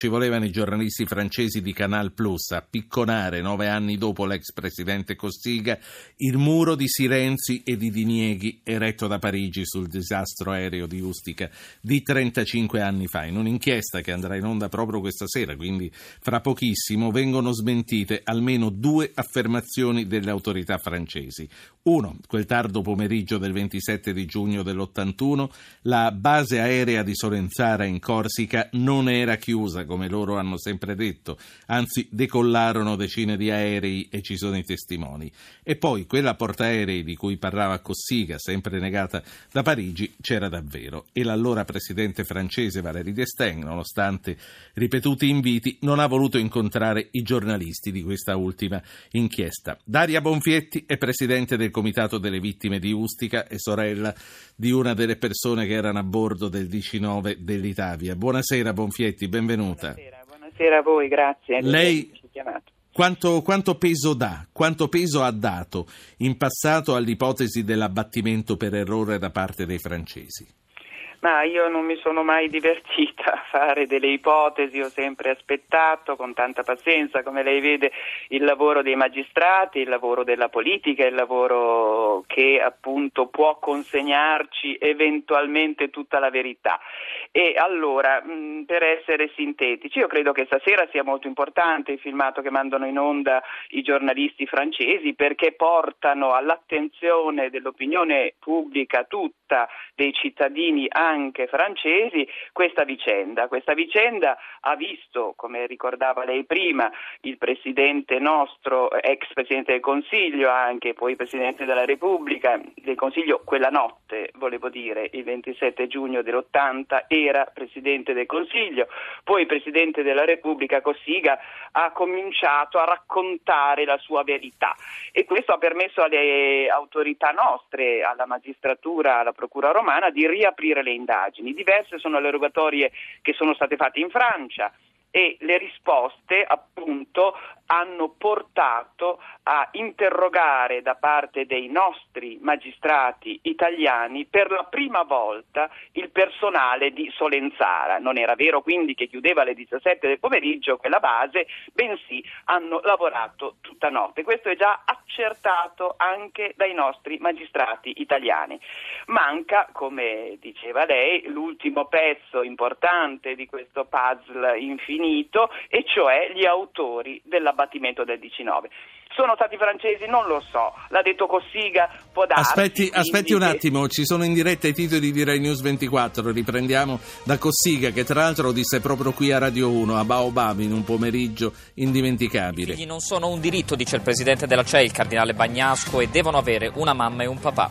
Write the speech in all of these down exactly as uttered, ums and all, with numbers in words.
Ci volevano i giornalisti francesi di Canal Plus a picconare, nove anni dopo l'ex presidente Cossiga, il muro di silenzi e di dinieghi eretto da Parigi sul disastro aereo di Ustica di trentacinque anni fa. In un'inchiesta che andrà in onda proprio questa sera, quindi fra pochissimo, vengono smentite almeno due affermazioni delle autorità francesi. Uno, quel tardo pomeriggio del ventisette di giugno dell'ottantuno, la base aerea di Solenzara in Corsica non era chiusa, come loro hanno sempre detto, anzi decollarono decine di aerei e ci sono i testimoni. E poi quella portaerei di cui parlava Cossiga, sempre negata da Parigi, c'era davvero. E l'allora presidente francese Valéry Destaing, nonostante ripetuti inviti, non ha voluto incontrare i giornalisti di questa ultima inchiesta. Daria Bonfietti è presidente del Comitato delle Vittime di Ustica e sorella di una delle persone che erano a bordo del diciannove dell'Itavia. Buonasera Bonfietti, benvenuta. Buonasera, buonasera a voi, grazie. Lei quanto, quanto peso dà, quanto peso ha dato in passato all'ipotesi dell'abbattimento per errore da parte dei francesi? Ma io non mi sono mai divertita a fare delle ipotesi, ho sempre aspettato con tanta pazienza, come lei vede, il lavoro dei magistrati, il lavoro della politica, il lavoro che appunto può consegnarci eventualmente tutta la verità. E allora, mh, per essere sintetici, io credo che stasera sia molto importante il filmato che mandano in onda i giornalisti francesi, perché portano all'attenzione dell'opinione pubblica tutta, dei cittadini anche francesi, questa vicenda. Questa vicenda ha visto, come ricordava lei prima, il presidente nostro, ex presidente del Consiglio, anche poi presidente della Repubblica, del Consiglio quella notte, volevo dire, il ventisette giugno dell'ottanta, era presidente del Consiglio, poi presidente della Repubblica Cossiga ha cominciato a raccontare la sua verità e questo ha permesso alle autorità nostre, alla magistratura, alla procura romana, di riaprire le indagini. Diverse sono le rogatorie che sono state fatte in Francia e le risposte appunto hanno portato a interrogare da parte dei nostri magistrati italiani per la prima volta il personale di Solenzara. Non era vero quindi che chiudeva alle diciassette del pomeriggio quella base, bensì hanno lavorato tutta notte. Questo è già accertato anche dai nostri magistrati italiani. Manca, come diceva lei, l'ultimo pezzo importante di questo puzzle infinito, e cioè gli autori dell'abbattimento del diciannove. Sono stati francesi? Non lo so, l'ha detto Cossiga, può darsi. Aspetti, aspetti un attimo, ci sono in diretta i titoli di Rai News ventiquattro, riprendiamo da Cossiga, che tra l'altro disse proprio qui a Radio uno, a Baobab, in un pomeriggio indimenticabile. I figli non sono un diritto, dice il presidente della C E I, il cardinale Bagnasco, e devono avere una mamma e un papà.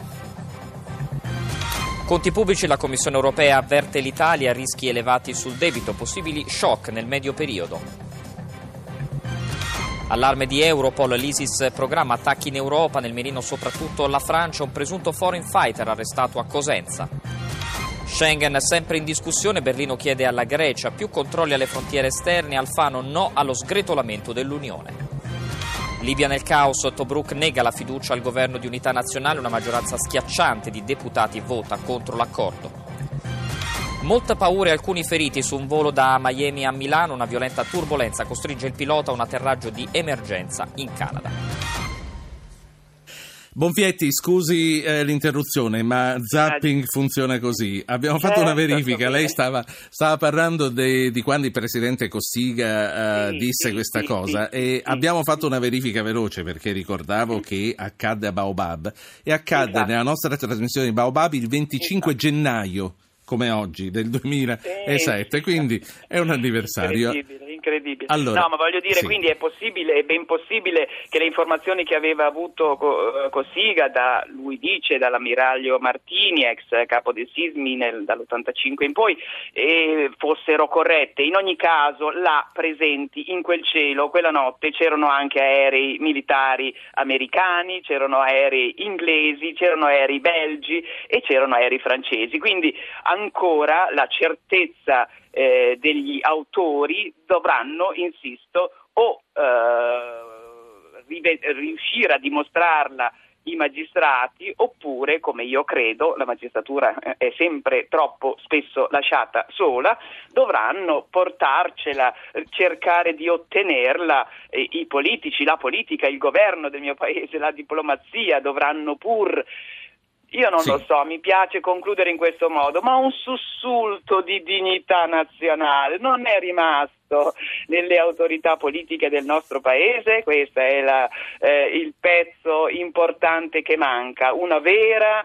Conti pubblici, la Commissione europea avverte l'Italia, rischi elevati sul debito, possibili shock nel medio periodo. Allarme di Europol, l'ISIS programma attacchi in Europa, nel mirino soprattutto la Francia, un presunto foreign fighter arrestato a Cosenza. Schengen sempre in discussione, Berlino chiede alla Grecia più controlli alle frontiere esterne, Alfano no allo sgretolamento dell'Unione. Libia nel caos, Tobruk nega la fiducia al governo di unità nazionale, una maggioranza schiacciante di deputati vota contro l'accordo. Molta paura e alcuni feriti su un volo da Miami a Milano, una violenta turbolenza costringe il pilota a un atterraggio di emergenza in Canada. Bonfietti, scusi eh, l'interruzione, ma zapping funziona così. Abbiamo fatto una verifica, lei stava, stava parlando de, di quando il presidente Cossiga eh, sì, disse sì, questa sì, cosa sì, e sì, abbiamo sì. fatto una verifica veloce perché ricordavo che accadde a Baobab e accadde esatto. nella nostra trasmissione di Baobab il venticinque esatto. gennaio, come oggi, del duemilasette, sì, quindi è un anniversario. Incredibile, incredibile. Allora, no, ma voglio dire, sì. quindi è possibile, è ben possibile che le informazioni che aveva avuto Cossiga, da, lui dice, dall'ammiraglio Martini, ex capo dei sismi nel, dall'ottantacinque in poi, eh, fossero corrette. In ogni caso, là presenti in quel cielo, quella notte, c'erano anche aerei militari americani, c'erano aerei inglesi, c'erano aerei belgi e c'erano aerei francesi. Quindi ancora la certezza eh, degli autori dovranno, insisto, o eh, rive- riuscire a dimostrarla i magistrati, oppure, come io credo, la magistratura è sempre troppo spesso lasciata sola, dovranno portarcela, cercare di ottenerla, eh, i politici, la politica, il governo del mio paese, la diplomazia dovranno pur... Io non sì. lo so, mi piace concludere in questo modo, ma un sussulto di dignità nazionale non è rimasto nelle autorità politiche del nostro paese. Questo è la, eh, il pezzo importante che manca, una vera,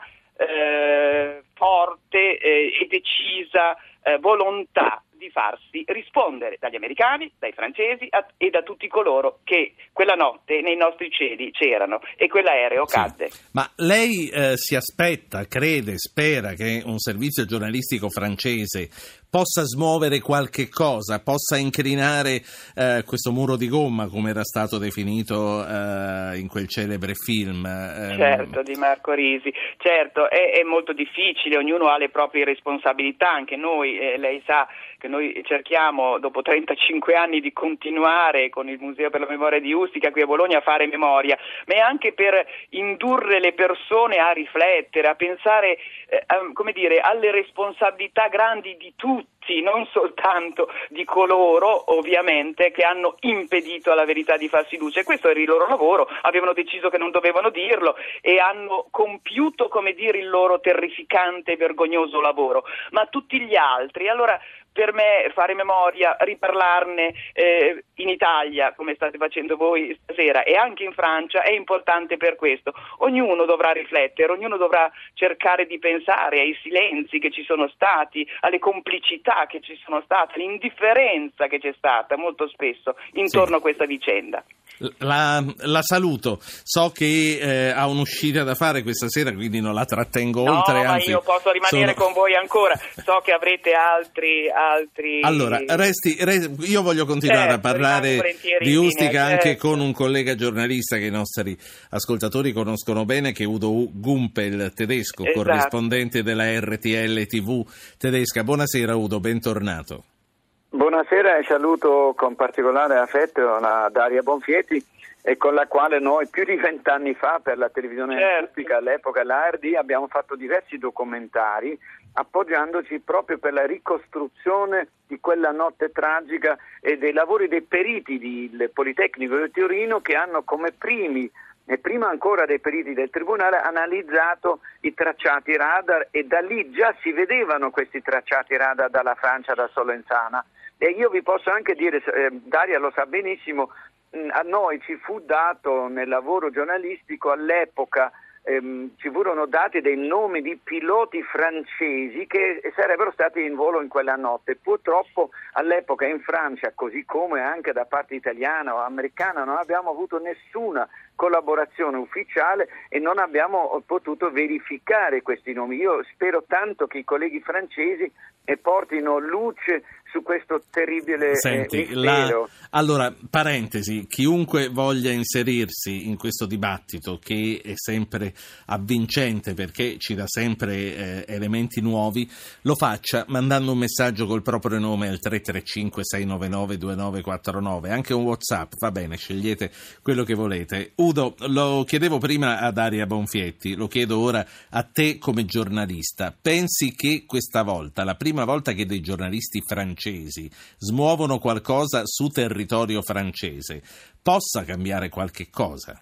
eh, forte eh, e decisa eh, volontà di farsi rispondere dagli americani, dai francesi a, e da tutti coloro che quella notte nei nostri cieli c'erano e quell'aereo sì. cadde. Ma lei eh, si aspetta, crede, spera che un servizio giornalistico francese possa smuovere qualche cosa, possa incrinare eh, questo muro di gomma, come era stato definito eh, in quel celebre film? Eh, certo, di Marco Risi. Certo, è, è molto difficile, ognuno ha le proprie responsabilità, anche noi, eh, lei sa che noi cerchiamo dopo trentacinque anni di continuare con il Museo per la Memoria di Ustica qui a Bologna a fare memoria, ma è anche per indurre le persone a riflettere, a pensare eh, a, come dire, alle responsabilità grandi di tutti, non soltanto di coloro ovviamente che hanno impedito alla verità di farsi luce. Questo era il loro lavoro, avevano deciso che non dovevano dirlo e hanno compiuto, come dire, il loro terrificante e vergognoso lavoro, ma tutti gli altri, allora per me fare memoria, riparlarne eh, in Italia, come state facendo voi stasera, e anche in Francia, è importante per questo. Ognuno dovrà riflettere, ognuno dovrà cercare di pensare ai silenzi che ci sono stati, alle complicità che ci sono state, all'indifferenza che c'è stata molto spesso intorno sì. a questa vicenda. La, la saluto, so che eh, ha un'uscita da fare questa sera, quindi non la trattengo no, oltre. No, ma anzi, io posso rimanere sono... con voi ancora, so che avrete altri... altri... Allora, resti, resti, io voglio continuare certo, a parlare di Ustica linea, anche certo. con un collega giornalista che i nostri ascoltatori conoscono bene, che è Udo Gumpel, tedesco, esatto. corrispondente della R T L tivù tedesca. Buonasera Udo, bentornato. Buonasera e saluto con particolare affetto la Daria Bonfietti, e con la quale noi più di vent'anni fa per la televisione certo. pubblica, all'epoca l'A R D, abbiamo fatto diversi documentari appoggiandoci proprio per la ricostruzione di quella notte tragica e dei lavori dei periti del Politecnico di Torino, che hanno come primi e prima ancora dei periti del tribunale analizzato i tracciati radar, e da lì già si vedevano questi tracciati radar dalla Francia, da Solenzana. E io vi posso anche dire, eh, Daria lo sa benissimo, mh, a noi ci fu dato nel lavoro giornalistico all'epoca, ehm, ci furono dati dei nomi di piloti francesi che sarebbero stati in volo in quella notte. Purtroppo all'epoca in Francia, così come anche da parte italiana o americana, non abbiamo avuto nessuna collaborazione ufficiale e non abbiamo potuto verificare questi nomi. Io spero tanto che i colleghi francesi eh, portino luce su questo terribile Senti, eh, mistero. La... Allora, parentesi, chiunque voglia inserirsi in questo dibattito, che è sempre avvincente perché ci dà sempre eh, elementi nuovi, lo faccia mandando un messaggio col proprio nome al tre tre cinque sei nove nove due nove quattro nove, anche un WhatsApp, va bene, scegliete quello che volete. Udo, lo chiedevo prima a Daria Bonfietti, lo chiedo ora a te come giornalista. Pensi che questa volta, la prima volta che dei giornalisti francesi smuovono qualcosa su territorio francese, possa cambiare qualche cosa?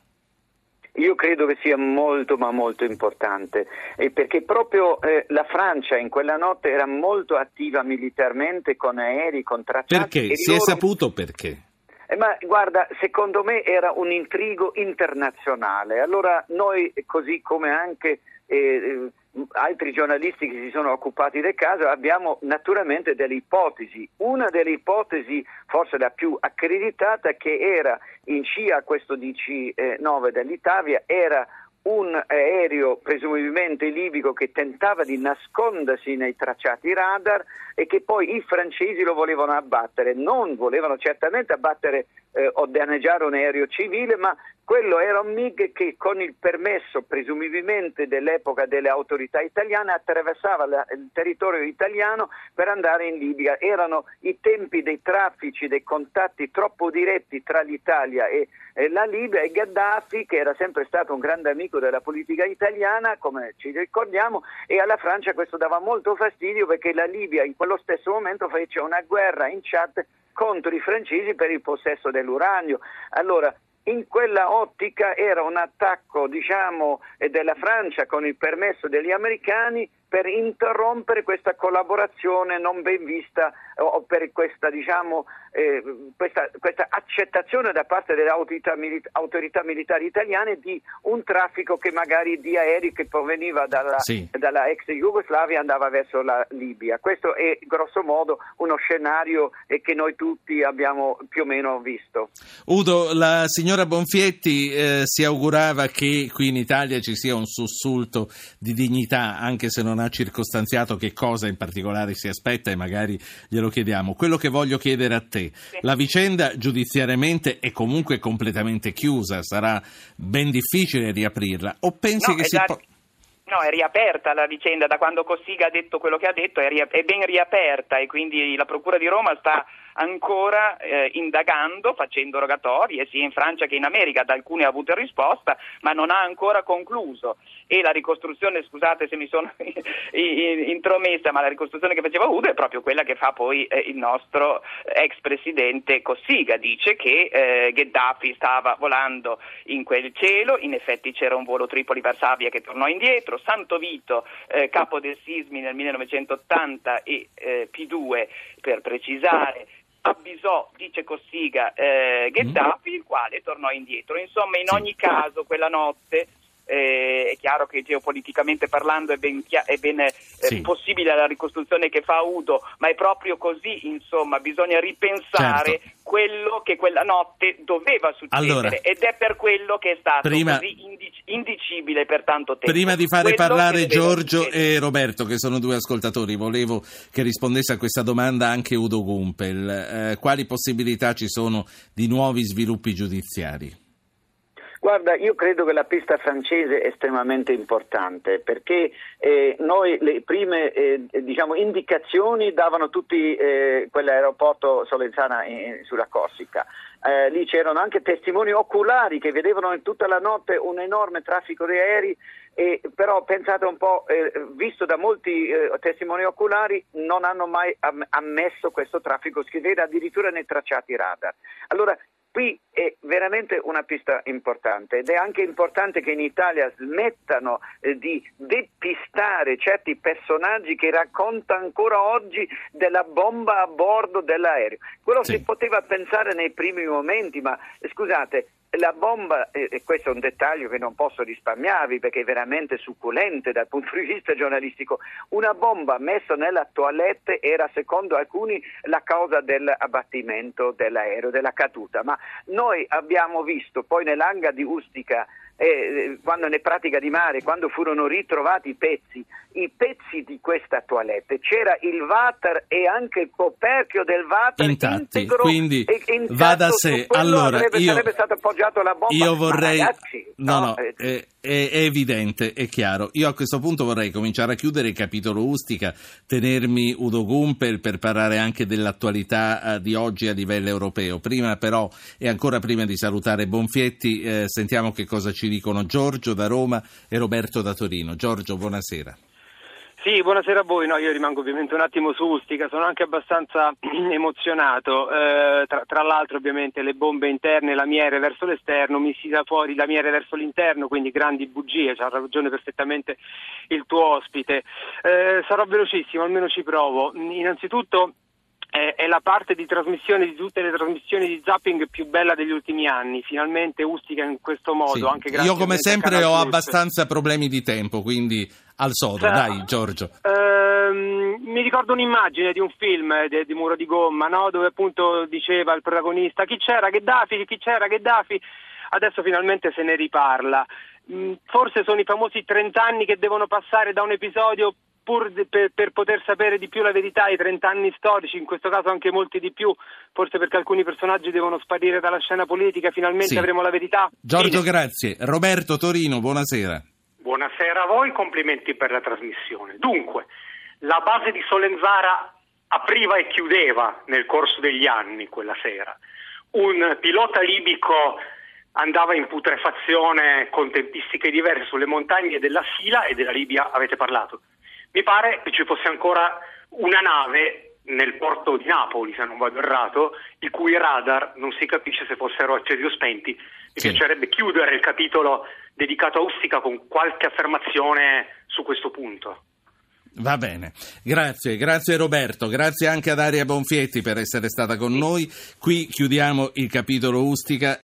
Io credo che sia molto ma molto importante, eh, perché proprio eh, la Francia in quella notte era molto attiva militarmente, con aerei, con tracciati. Perché? Si loro... è saputo perché? Eh, ma guarda, secondo me era un intrigo internazionale. Allora noi, così come anche eh, altri giornalisti che si sono occupati del caso, abbiamo naturalmente delle ipotesi. Una delle ipotesi, forse la più accreditata, che era in scia a questo D C nove dell'Italia, era un aereo presumibilmente libico che tentava di nascondersi nei tracciati radar e che poi i francesi lo volevano abbattere. Non volevano certamente abbattere eh, o danneggiare un aereo civile, ma quello era un MiG che con il permesso presumibilmente dell'epoca delle autorità italiane attraversava la, il territorio italiano per andare in Libia. Erano i tempi dei traffici, dei contatti troppo diretti tra l'Italia e, e la Libia, e Gheddafi, che era sempre stato un grande amico della politica italiana, come ci ricordiamo, e alla Francia questo dava molto fastidio perché la Libia in quello stesso momento fece una guerra in Chad contro i francesi per il possesso dell'uranio. Allora, in quella ottica era un attacco, diciamo, della Francia con il permesso degli americani per interrompere questa collaborazione non ben vista, o per questa, diciamo, eh, questa, questa accettazione da parte delle autorità, milita- autorità militari italiane di un traffico che magari di aerei che proveniva dalla, sì. dalla ex Jugoslavia e andava verso la Libia. Questo è grosso modo uno scenario eh, che noi tutti abbiamo più o meno visto. Udo, la signora Bonfietti eh, si augurava che qui in Italia ci sia un sussulto di dignità, anche se non ha circostanziato che cosa in particolare si aspetta, e magari glielo chiediamo. Quello che voglio chiedere a te, sì. La vicenda giudiziariamente è comunque completamente chiusa, sarà ben difficile riaprirla, o pensi no, che si da... può... No, è riaperta la vicenda, da quando Cossiga ha detto quello che ha detto è, ria- è ben riaperta, e quindi la Procura di Roma sta ancora eh, indagando, facendo rogatori, sia in Francia che in America. Da alcuni ha avuto risposta, ma non ha ancora concluso. E la ricostruzione, scusate se mi sono intromessa, ma la ricostruzione che faceva Udo è proprio quella che fa poi eh, il nostro ex presidente Cossiga. Dice che eh, Gheddafi stava volando in quel cielo, in effetti c'era un volo Tripoli-Varsavia che tornò indietro, Santo Vito, eh, capo del Sismi nel millenovecentottanta, e eh, P due per precisare, avvisò, dice Cossiga, eh, Gheddafi, il quale tornò indietro. Insomma, in ogni caso quella notte eh, è chiaro che geopoliticamente parlando è ben, chia- è ben eh, sì. possibile la ricostruzione che fa Udo, ma è proprio così, insomma, bisogna ripensare certo. quello che quella notte doveva succedere, allora, ed è per quello che è stato prima, così indic- indicibile per tanto tempo. Prima di fare quello parlare Giorgio succedere. e Roberto, che sono due ascoltatori, volevo che rispondesse a questa domanda anche Udo Gumpel. Eh, quali possibilità ci sono di nuovi sviluppi giudiziari? Guarda, io credo che la pista francese è estremamente importante, perché eh, noi le prime eh, diciamo indicazioni davano tutti eh, quell'aeroporto Solenzana in, sulla Corsica. Eh, lì c'erano anche testimoni oculari che vedevano in tutta la notte un enorme traffico di aerei, e però pensate un po', eh, visto da molti eh, testimoni oculari, non hanno mai am- ammesso questo traffico, si vede addirittura nei tracciati radar. Allora, qui è veramente una pista importante, ed è anche importante che in Italia smettano eh, di depistare certi personaggi che raccontano ancora oggi della bomba a bordo dell'aereo. Quello sì. si poteva pensare nei primi momenti, ma eh, scusate, la bomba, e eh, questo è un dettaglio che non posso risparmiarvi perché è veramente succulente dal punto di vista giornalistico, una bomba messa nella toilette era secondo alcuni la causa dell'abbattimento dell'aereo, della caduta, ma noi abbiamo visto poi nell'Anga di Ustica, eh, quando nelle pratiche di mare, quando furono ritrovati i pezzi, i pezzi di questa toilette, c'era il water e anche il coperchio del water intatti, integro, quindi e, e va da sé. Allora sarebbe, io, sarebbe stato appoggiato la bomba. Io vorrei, ragazzi, no, no, no è, è, è evidente, è chiaro. Io a questo punto vorrei cominciare a chiudere il capitolo Ustica, tenermi Udo Gumpel per parlare anche dell'attualità di oggi a livello europeo. Prima però, e ancora prima di salutare Bonfietti, eh, sentiamo che cosa ci dicono Giorgio da Roma e Roberto da Torino. Giorgio, buonasera. Sì, buonasera a voi. No, io rimango ovviamente un attimo su Ustica, sono anche abbastanza emozionato. Eh, tra, tra l'altro ovviamente le bombe interne, lamiere verso l'esterno, missili da fuori, lamiere verso l'interno, quindi grandi bugie, c'ha ragione perfettamente il tuo ospite. Eh, sarò velocissimo, almeno ci provo. Innanzitutto è la parte di trasmissione di tutte le trasmissioni di zapping più bella degli ultimi anni. Finalmente Ustica in questo modo, sì. Anche grazie. Io come sempre ho abbastanza problemi di tempo, quindi al sodo, Sa- dai Giorgio. Ehm, mi ricordo un'immagine di un film di, di Muro di Gomma, no? Dove appunto diceva il protagonista: chi c'era Gheddafi, chi c'era Gheddafi. Adesso finalmente se ne riparla. Forse sono i famosi trenta anni che devono passare da un episodio pur di, per, per poter sapere di più la verità, i trent'anni storici, in questo caso anche molti di più, forse perché alcuni personaggi devono sparire dalla scena politica, finalmente sì. avremo la verità. Giorgio, Fine. grazie. Roberto Torino, buonasera. Buonasera a voi, complimenti per la trasmissione. Dunque, la base di Solenzara apriva e chiudeva nel corso degli anni quella sera. Un pilota libico andava in putrefazione con tempistiche diverse sulle montagne della Sila, e della Libia avete parlato. Mi pare che ci fosse ancora una nave nel porto di Napoli, se non vado errato, i cui radar non si capisce se fossero accesi o spenti. Mi sì. piacerebbe chiudere il capitolo dedicato a Ustica con qualche affermazione su questo punto. Va bene, grazie, grazie Roberto, grazie anche a Daria Bonfietti per essere stata con noi. Qui chiudiamo il capitolo Ustica.